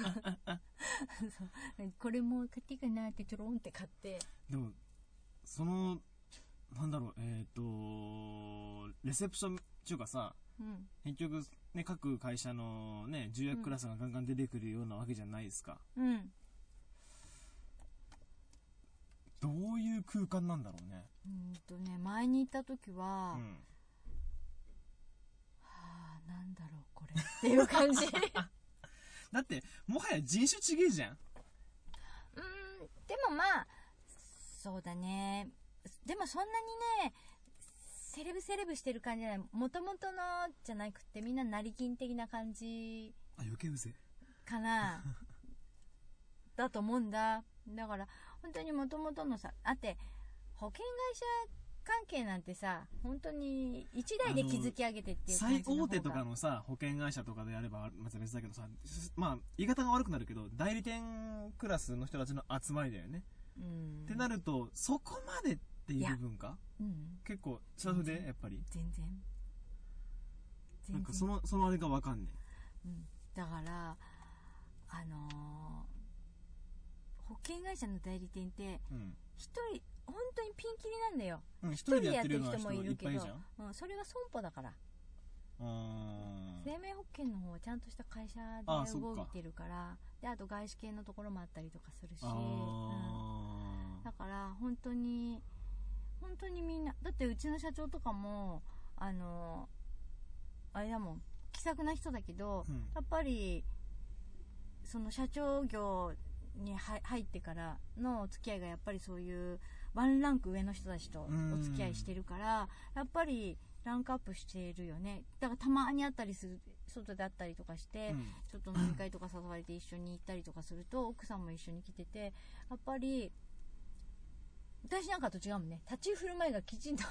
これも買っていいかなってちょろんって買って、 でもそのなんだろう、えっ、ー、とレセプションっていうかさ、うん、結局ね各会社のね重役クラスがガンガン出てくるようなわけじゃないですか、うん、どういう空間なんだろうね。 うんとね前に行った時は、うん、はあなんだろうこれっていう感じだってもはや人種違えじゃん。うんでもまあそうだね、でもそんなにねセレブセレブしてる感じじゃない、もともとのじゃなくてみんな成金的な感じあ余計うぜかなだと思うんだ。だから本当にもともとのさ、あって保険会社関係なんてさ本当に一台で築き上げてっていう感じの方が、 最大手とかのさ保険会社とかでやればまた別だけどさ、まあ言い方が悪くなるけど代理店クラスの人たちの集まりだよね。うんってなるとそこまでっていう部分か、うん、結構シャフでやっぱり全然なんかそのそのあれが分かんねえ、 うん、だからあのー、保険会社の代理店って一人本当にピンキリなんだよ。一、うん、人でやってる人もいるけど、うん、それは損保だから。あ生命保険の方はちゃんとした会社で動いてるから、あであと外資系のところもあったりとかするし、うん、だから本当に本当にみんなだってうちの社長とかもあのあれだもん気さくな人だけど、うん、やっぱりその社長業に入ってからのお付き合いがやっぱりそういうワンランク上の人たちとお付き合いしてるからやっぱりランクアップしているよね。だからたまに会ったりする外で会ったりとかして、うん、ちょっと飲み会とか誘われて一緒に行ったりとかすると奥さんも一緒に来ててやっぱり私なんかと違うもんね。立ち振る舞いがきちんと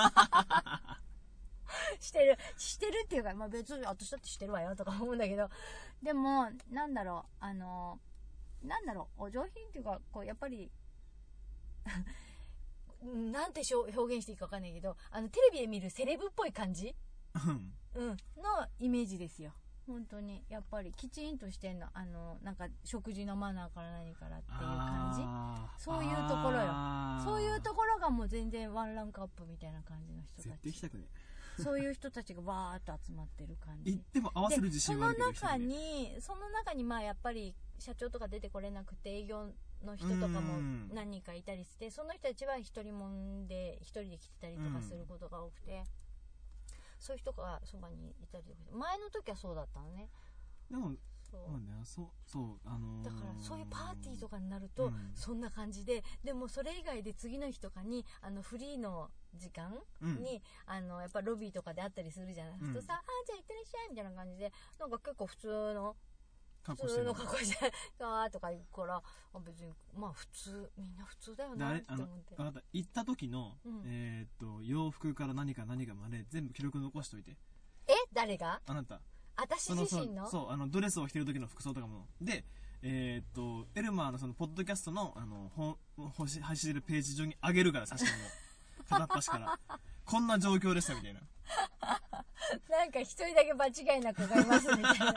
してるしてるっていうか、まあ、別に私だってしてるわよとか思うんだけどでもなんだろうあのなんだろう、お上品っていうか、こう、やっぱり、なんて表現していいか分かんないけど、あの、テレビで見るセレブっぽい感じうん。のイメージですよ。本当に。やっぱり、きちんとしてんの。あの、なんか、食事のマナーから何からっていう感じ。そういうところよ。そういうところがもう全然ワンランクアップみたいな感じの人たち。 絶対行きたくね。 そういう人たちがわーっと集まってる感じ。 行っても合わせる自信はあるけど、 その中に、その中にまあやっぱり社長とか出てこれなくて営業の人とかも何人かいたりして、その人たちは一人もんで一人で来てたりとかすることが多くて、そういう人がそばにいたりとか、前の時はそうだったのね。 でもそうそうね、そうそうあのー、 だからそういうパーティーとかになると、うん、そんな感じで、でもそれ以外で次の日とかにあのフリーの時間に、うん、あのやっぱロビーとかであったりするじゃないですか、うん、さあじゃあ行ってらっしゃいみたいな感じで、なんか結構普通の普通の格好じゃないとか言うから、別にまあ普通、みんな普通だよなって思って。 あなた行った時の、うん、えー、っと洋服から何か何かまで全部記録残しといて。 え、誰が？ あなた。 私自身の？ そう、あのドレスを着てる時の服装とかもで、えー、っとエルマーのそのポッドキャストのあのほ配信してるページ上に上げるから写真を片っ端からこんな状況でしたみたいな。 なんか一人だけ場違いな子がいますみたいな。前は前に行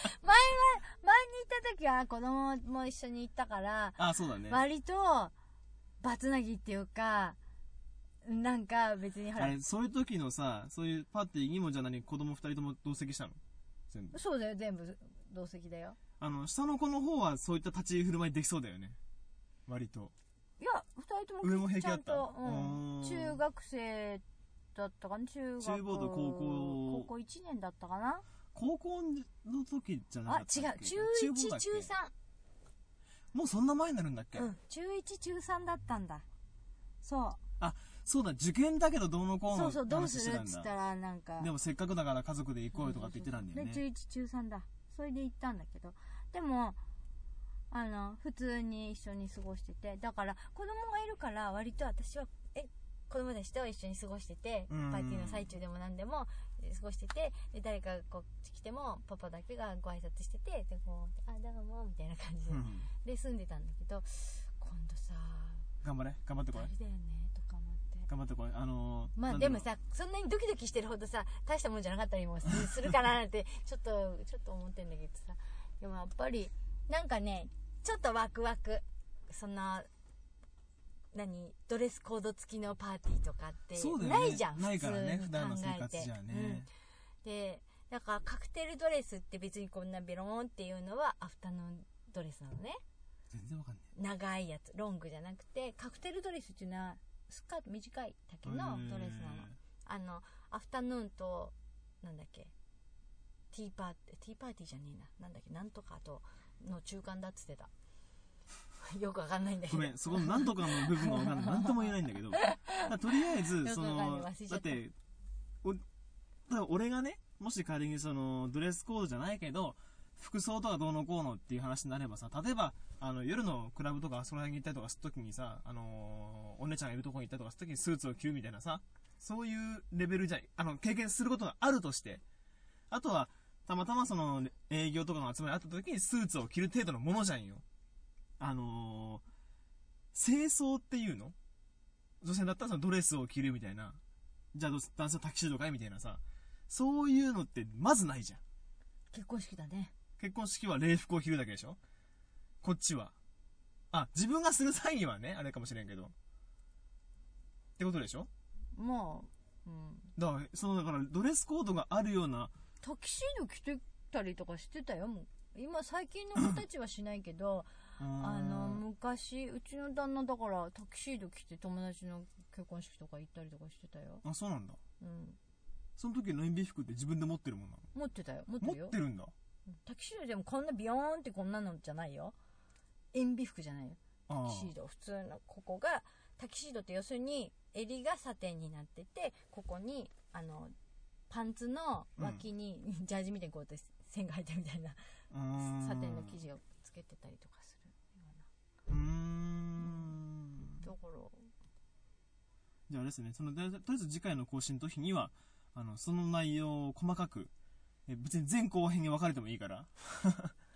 った時は子供も一緒に行ったから、 あ、そうだね。 割とバツナギっていうか。なんか別にほら、 あれそういう時のさ、そういうパーティーにもじゃあ何、子供二人とも同席したの？全部。 そうだよ、全部同席だよ。 あの下の子の方はそういった立ち振る舞いできそうだよね、割と。 いや、二人とも上も平気だった。 うん、中学生だったかな、中学中ボード高校高校いちねんだったかな。 高校の時じゃなかったっけ？ あ、違う、中いち中さん。もうそんな前になるんだっけ？ うん、中いち中さんだったんだ。そう。 あ、そうだ、受験だけどどうのこうの話してたんだ。そうそう、どうするっつったらなんか。 でもせっかくだから家族で行こうよとかって言ってたんだよね。 で、中いち中さんだ。それで行ったんだけど。でも、あの、普通に一緒に過ごしてて。だから、子供がいるから割と私は、え、子供たちと一緒に過ごしてて、パーティーの最中でも何でも過ごしてて、で、誰かこう来ても、パパだけがご挨拶してて、で、こう、あ、どうも、みたいな感じで、うん、で、住んでたんだけど、今度さ、 頑張れ、頑張ってこい。 誰だよね、とか思って。 頑張ってこい。あのー、 まあでもさ、そんなにドキドキしてるほどさ、大したもんじゃなかったりもするかななんて、ちょっと、ちょっと思ってんだけどさ。でもやっぱり、なんかね、ちょっとワクワク。そんな、何、ドレスコード付きのパーティーとかってないじゃん。 ないからね、普段の生活じゃね、 うん。で、だからカクテルドレスって別にこんなベローンっていうのはアフタヌーンドレスなのね。 全然わかんない。 長いやつ、ロングじゃなくて、カクテルドレスっていうのは、スカート短い丈のドレスなの。あの、アフタヌーンと、なんだっけ、ティーパーティー、ティーパーティーじゃねえな。なんだっけ、なんとかとの中間だっつってた。よくわかんないんだけど。 ごめん、そこのなんとかの部分がわかんない。なんとも言えないんだけど。とりあえず、その、だって、お、俺がね、もし仮にその、ドレスコードじゃないけど、服装とかどうのこうのっていう話になればさ、例えば、あの、夜のクラブとか、その辺に行ったりとかするときにさ、あのー、お姉ちゃんがいるとこに行ったりとかするときにスーツを着るみたいなさ、そういうレベルじゃ、あの、経験することがあるとして、あとは、たまたまその、営業とかの集まりあったときにスーツを着る程度のものじゃんよ。あのー、清掃っていうの？女性だったらそのドレスを着るみたいな、じゃあ男性はタキシードかいみたいなさ、そういうのってまずないじゃん。 結婚式だね。結婚式は礼服を着るだけでしょ？こっちは。あ、自分がする際にはね、あれかもしれんけど。ってことでしょ？ まあ、うん。 だから、その、だから、ドレスコードがあるような。 タキシード着てたりとかしてたよ、もう。今、最近の子たちはしないけど、あの、昔、うちの旦那だから、タキシード着て友達の結婚式とか行ったりとかしてたよ。 あ、そうなんだ。 うん。 その時の演美服って自分で持ってるもんなの？ 持ってたよ。持ってるよ。 持ってるんだ。 タキシードでもこんなビヨーンってこんなのじゃないよ。演美服じゃないよ。タキシード。普通のここが、タキシードって要するに襟がサテンになってて、ここに、あの、パンツの脇に、うん、ジャージみたいにこうやって線が入ってるみたいな、サテンの生地をつけてたりとかするような。うーん。 だから。 じゃああれですね、その、とりあえず次回の更新の時には、あの、その内容を細かく、え別に前後編に分かれてもいいから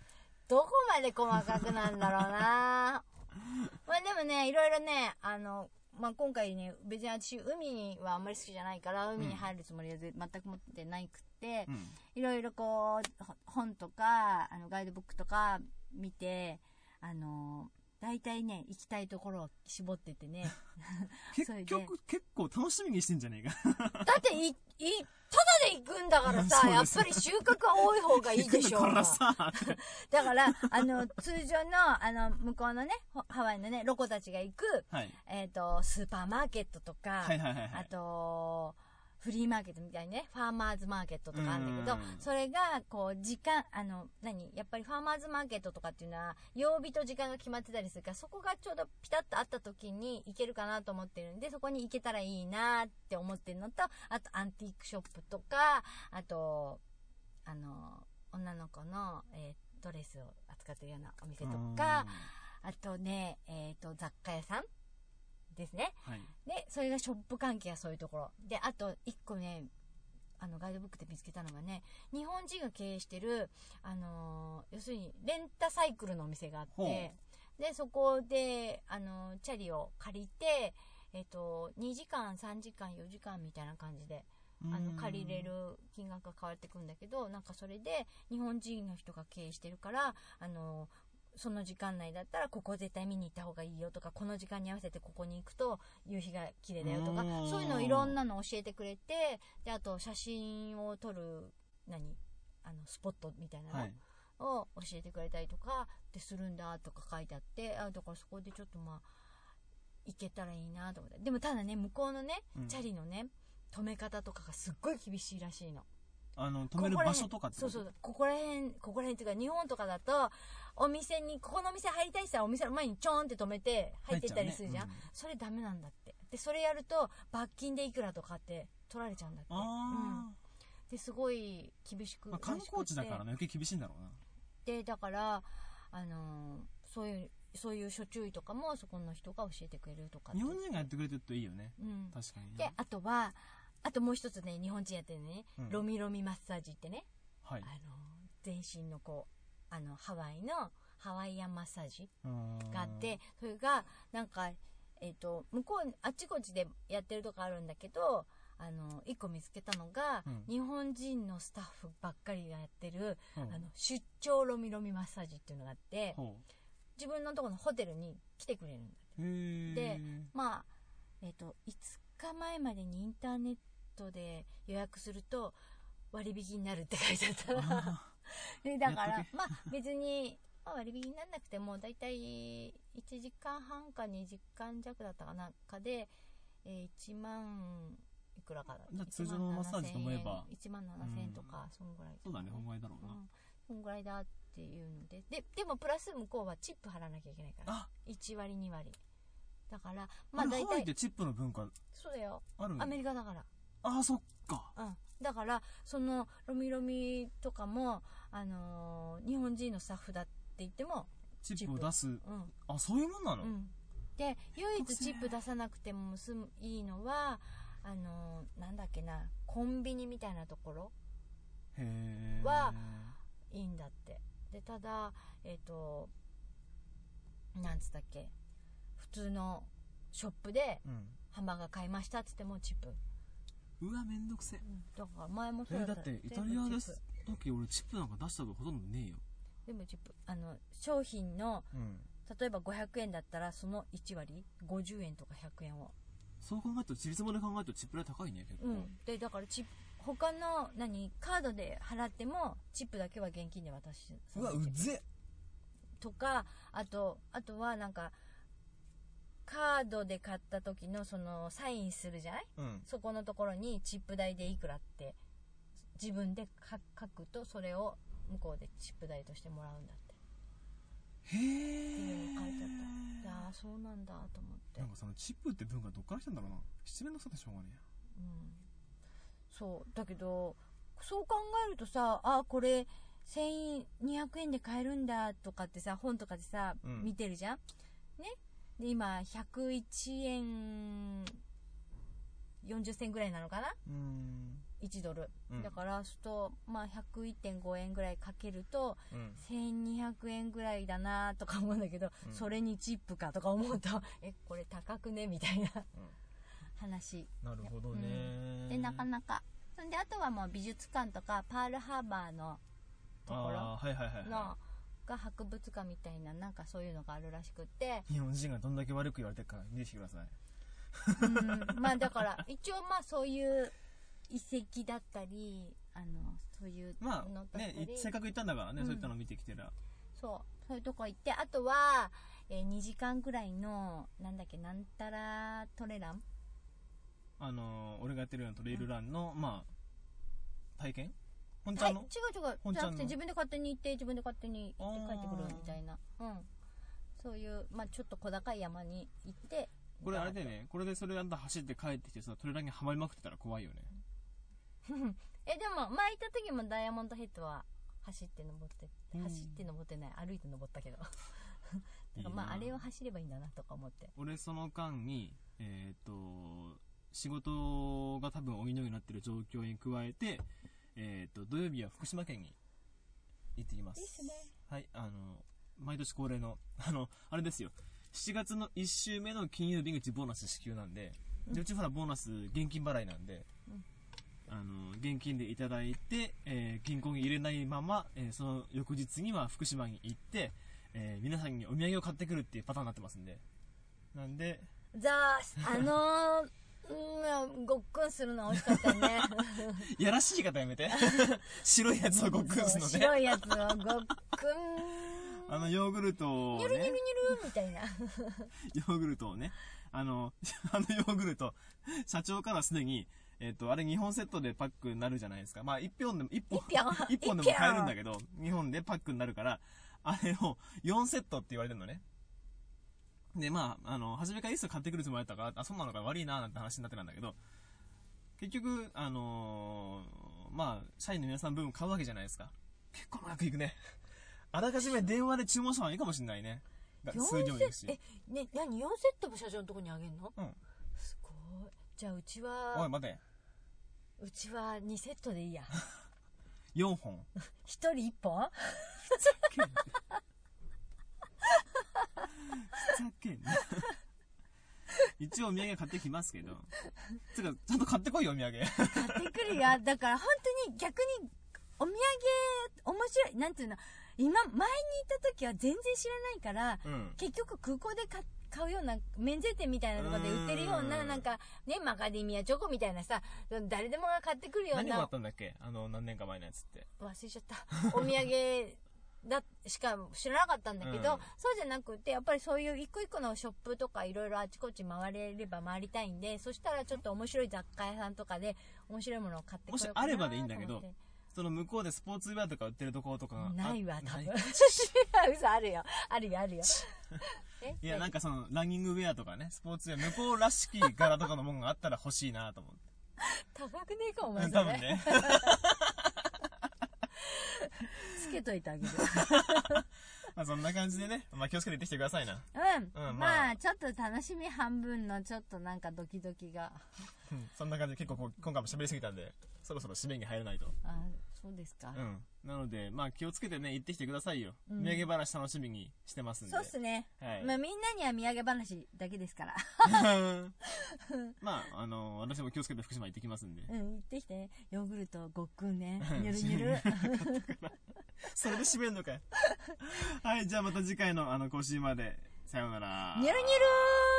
どこまで細かくなんだろうなまあでもね、いろいろね、あの、まあ、今回ね、別に私、海はあんまり好きじゃないから、海に入るつもりは全く持ってないくって、 うん、 いろいろこう、本とか、あの、ガイドブックとか見て、あの、大体ね、行きたいところを絞っててね。 結局、結構楽しみにしてんじゃねえか。 だって、い、い、ただで行くんだからさ、やっぱり収穫が多い方がいいでしょ。 だからさ。 だから、あの、通常の、あの、向こうのね、ハワイのね、ロコたちが行く、はい、えっと、スーパーマーケットとか、はいはいはいはい、あと、フリーマーケットみたいにね、ファーマーズマーケットとかあるんだけど、それが、こう、時間、あの、何やっぱりファーマーズマーケットとかっていうのは、曜日と時間が決まってたりするから、そこがちょうどピタッとあった時に行けるかなと思ってるんで、そこに行けたらいいなって思ってるのと、あとアンティークショップとか、あと、あの、女の子の、えー、ドレスを扱ってるようなお店とか、あとね、えっと、雑貨屋さんですね、はい、でそれがショップ関係はそういうところで、あと一個ね、あのガイドブックで見つけたのがね、日本人が経営してる、あのー、要するにレンタサイクルのお店があって、でそこで、あのー、チャリを借りて、えっと、にじかんさんじかんよじかんみたいな感じであの借りれる金額が変わってくんだけど、なんかそれで日本人の人が経営してるから、あのーその時間内だったらここ絶対見に行った方がいいよとか、この時間に合わせてここに行くと夕日が綺麗だよとか、そういうのをいろんなの教えてくれて、であと写真を撮る何あのスポットみたいなのを教えてくれたりとかでするんだとか書いてあって、あだからそこでちょっとまあ行けたらいいなと思って。でもただね、向こうのね、うん、チャリのね止め方とかがすっごい厳しいらしいの。 あの止める場所とかってそうそう、ここら辺ここら辺っていうか、日本とかだとお店にここのお店入りたいって言ったらお店の前にちょんって止めて入ってったりするじゃん、ねうん、それダメなんだって。でそれやると罰金でいくらとかって取られちゃうんだって。あ、うん、ですごい厳しく、 まあ、観光地だからね余計厳しいんだろうな。 でだからあのー、そういうそういう諸注意とかもそこの人が教えてくれるとか。 日本人がやってくれてるといいよね、うん、確かに、ね、 であとはあともう一つね、日本人やってるね、うん、ロミロミマッサージってね、はい、あの全身のこうあのハワイのハワイアンマッサージがあって、それがなんか、えーと、向こうあっちこっちでやってるとこあるんだけど、あの一個見つけたのが、うん、日本人のスタッフばっかりがやってる、うん、あの出張ロミロミマッサージっていうのがあって、うん、自分のところのホテルに来てくれるんだって。でまあえっ、ー、といつかまえまでにインターネットで予約すると割引になるって書いてあったらでだからまあ別に、まあ、割引にならなくてもだいたいいちじかんはんかにじかん弱だったかなんかで、えー、いちまんいくらかだった。 通常のマッサージと思えばいちまんななせんえんとか、そんぐらい、 そうだね、そんぐらいだろうな、うん、 そんぐらいだっていうので、ででもプラス向こうはチップ払わなきゃいけないから、いちわりにわりだから、まあ大体ハワイってチップの文化そうだよ、 あるアメリカだから。 ああ、そっか。 うん。だからそのロミロミとかも、あのー、日本人のスタッフだって言ってもチップを出す、うん、あ、そういうもんなの、うん、 で唯一チップ出さなくても済むいいのは、あのー、なんだっけな、コンビニみたいなところはいいんだって。でただえっ、ー、となんつったっけ、普通のショップでハンバーガー買いましたって言ってもチップ。 うわ、めんどくせ、うん、 だから前もそうだった。えー、だってイタリアです時俺チップなんか出したことほとんどねえよ。 でもチップ、あの商品の、うん、例えばごひゃくえんだったらそのいちわりごじゅうえんとかひゃくえんを、 そう考えるとちりつもで考えるとチップ代高いね結構、うん、 でだからチップ他の何カードで払ってもチップだけは現金で渡し、 うわうぜとか、あとあとはなんかカードで買った時のそのサインするじゃない、うん、そこのところにチップ代でいくらって自分で書くと、それを向こうでチップ代としてもらうんだって。 へえ。 っていうの書いてあった。ああ、そうなんだと思って。 なんかそのチップって文化どっから来たんだろうな。失礼なさでしょうがねえや。うん。そうだけど、そう考えるとさ、あ、これせんにひゃくえんで買えるんだとかってさ、本とかでさ、うん、見てるじゃんね。で今ひゃくいちえんよんじゅっせんぐらいなのかな。うんいちドル、 うん、 だからすると、まあ、ひゃくいってんごえんぐらいかけると、うん、せんにひゃくえんぐらいだなとか思うんだけど、うん、それにチップかとか思うとえこれ高くねみたいな、うん、話。 なるほどね、 うん、でなかなかそんであとはもう美術館とかパールハーバーのところの、 はいはいはいはい、 が博物館みたいななんかそういうのがあるらしくって、 日本人がどんだけ悪く言われてるか見てきてください。 うん、まあだから一応まあそういう遺跡だったりあのそういうのだったり、 まあね、せっかく行ったんだからね、うん、そういったの見てきてら、 そうそういうとこ行って、あとは、えー、にじかんぐらいのなんだっけなんたらトレラン、 あのー、俺がやってるようなトレイルランの、うん、まあ体験、本ちゃんの、はい、 違う違うじゃなくて自分で勝手に行って自分で勝手に行って帰ってくるみたいな、うん、そういうまあちょっと小高い山に行って、 これあれだよね、これでそれあんた走って帰ってきてさ、トレランにはまりまくってたら怖いよね。 えでも前行った時もダイヤモンドヘッドは走って登って、うん、走って登ってない歩いて登ったけどだからまああれを走ればいいんだなとか思って、 俺その間にえっ、ー、と仕事が多分お祈りになってる状況に加えて、えっ、ー、と土曜日は福島県に行ってきます。 いいっすね。 はい、あの毎年恒例のあのあれですよ、しちがつのいっ週目の金曜日がうちボーナス支給なんで、うん、でうちほらボーナス現金払いなんで、うん、あの現金でいただいて、えー、銀行に入れないまま、えー、その翌日には福島に行って、えー、皆さんにお土産を買ってくるっていうパターンになってますんで、なんでじゃああのーうん、ごっくんするの美味しかったよねやらしい言い方やめて白いやつをごっくんするのね、 白いやつをごっくんあのヨーグルトを、ね、 ニュルニュルニュルみたいなヨーグルトをね、あのあのヨーグルト社長からすでにえっ、ー、とあれにほんセットでパックになるじゃないですか。まあいっぽんでもいっぽんいっぽんでも買えるんだけどにほんでパックになるから、あれをよんセットって言われてるのね。でまああの初めからいっそ買ってくるつもりだったから、あそうなのか悪いなーなんて話になってたんだけど、結局あのー、まあ社員の皆さん分買うわけじゃないですか。結構長くいくね。あらかじめ電話で注文した方がいいかもしれないね。数量いくし。 え、ね、何よんセットも社長のとこにあげんの？ うん。 すごい。じゃあうちは。 おい待て。 うちはにセットでいいや。 よんほん。 ひとりいっぽん？ふざけんな。ふざけんな。一応お土産買ってきますけど。つうか、ちゃんと買ってこいよお土産。買ってくるよ。だから本当に逆にお土産面白い。なんていうの。今、前に行った時は全然知らないから、うん、結局空港で買買うような免税店みたいなところで売ってるような、なんか、ね、マカデミアチョコみたいなさ、誰でもが買ってくるような。 何があったんだっけ、あの、何年か前のやつって。 忘れちゃった。お土産だ、しか知らなかったんだけど、うん、そうじゃなくて、やっぱりそういう一個一個のショップとかいろいろあちこち回れれば回りたいんで、そしたらちょっと面白い雑貨屋さんとかで面白いものを買ってくる。 もしあればでいいんだけど、その向こうでスポーツウェアとか売ってるところとかがないわ多分嘘あるよあるよあるよいやなんかそのランニングウェアとかね、スポーツウェア向こうらしき柄とかのものがあったら欲しいなと思って。 高くねえかお前それ多分ねつけといてあげるまあそんな感じでね、まあ気をつけて行ってきてくださいな。 うん、うん、まあ、まあちょっと楽しみ半分のちょっとなんかドキドキがそんな感じで結構こう今回も喋りすぎたんでそろそろ締めに入らないと。 あ、そうですか。 うん。なのでまあ気をつけてね行ってきてくださいよ。うん、土産話楽しみにしてますんで。 そうっすね。はい。まあみんなには土産話だけですから。 まああの私も気をつけて福島行ってきますんで。 うん、行ってきて。ヨーグルトごっくんね。ニュルニュル。 それで締めるのかよ。はい、じゃあまた次回のあの更新までさようなら。 ニュルニュルー。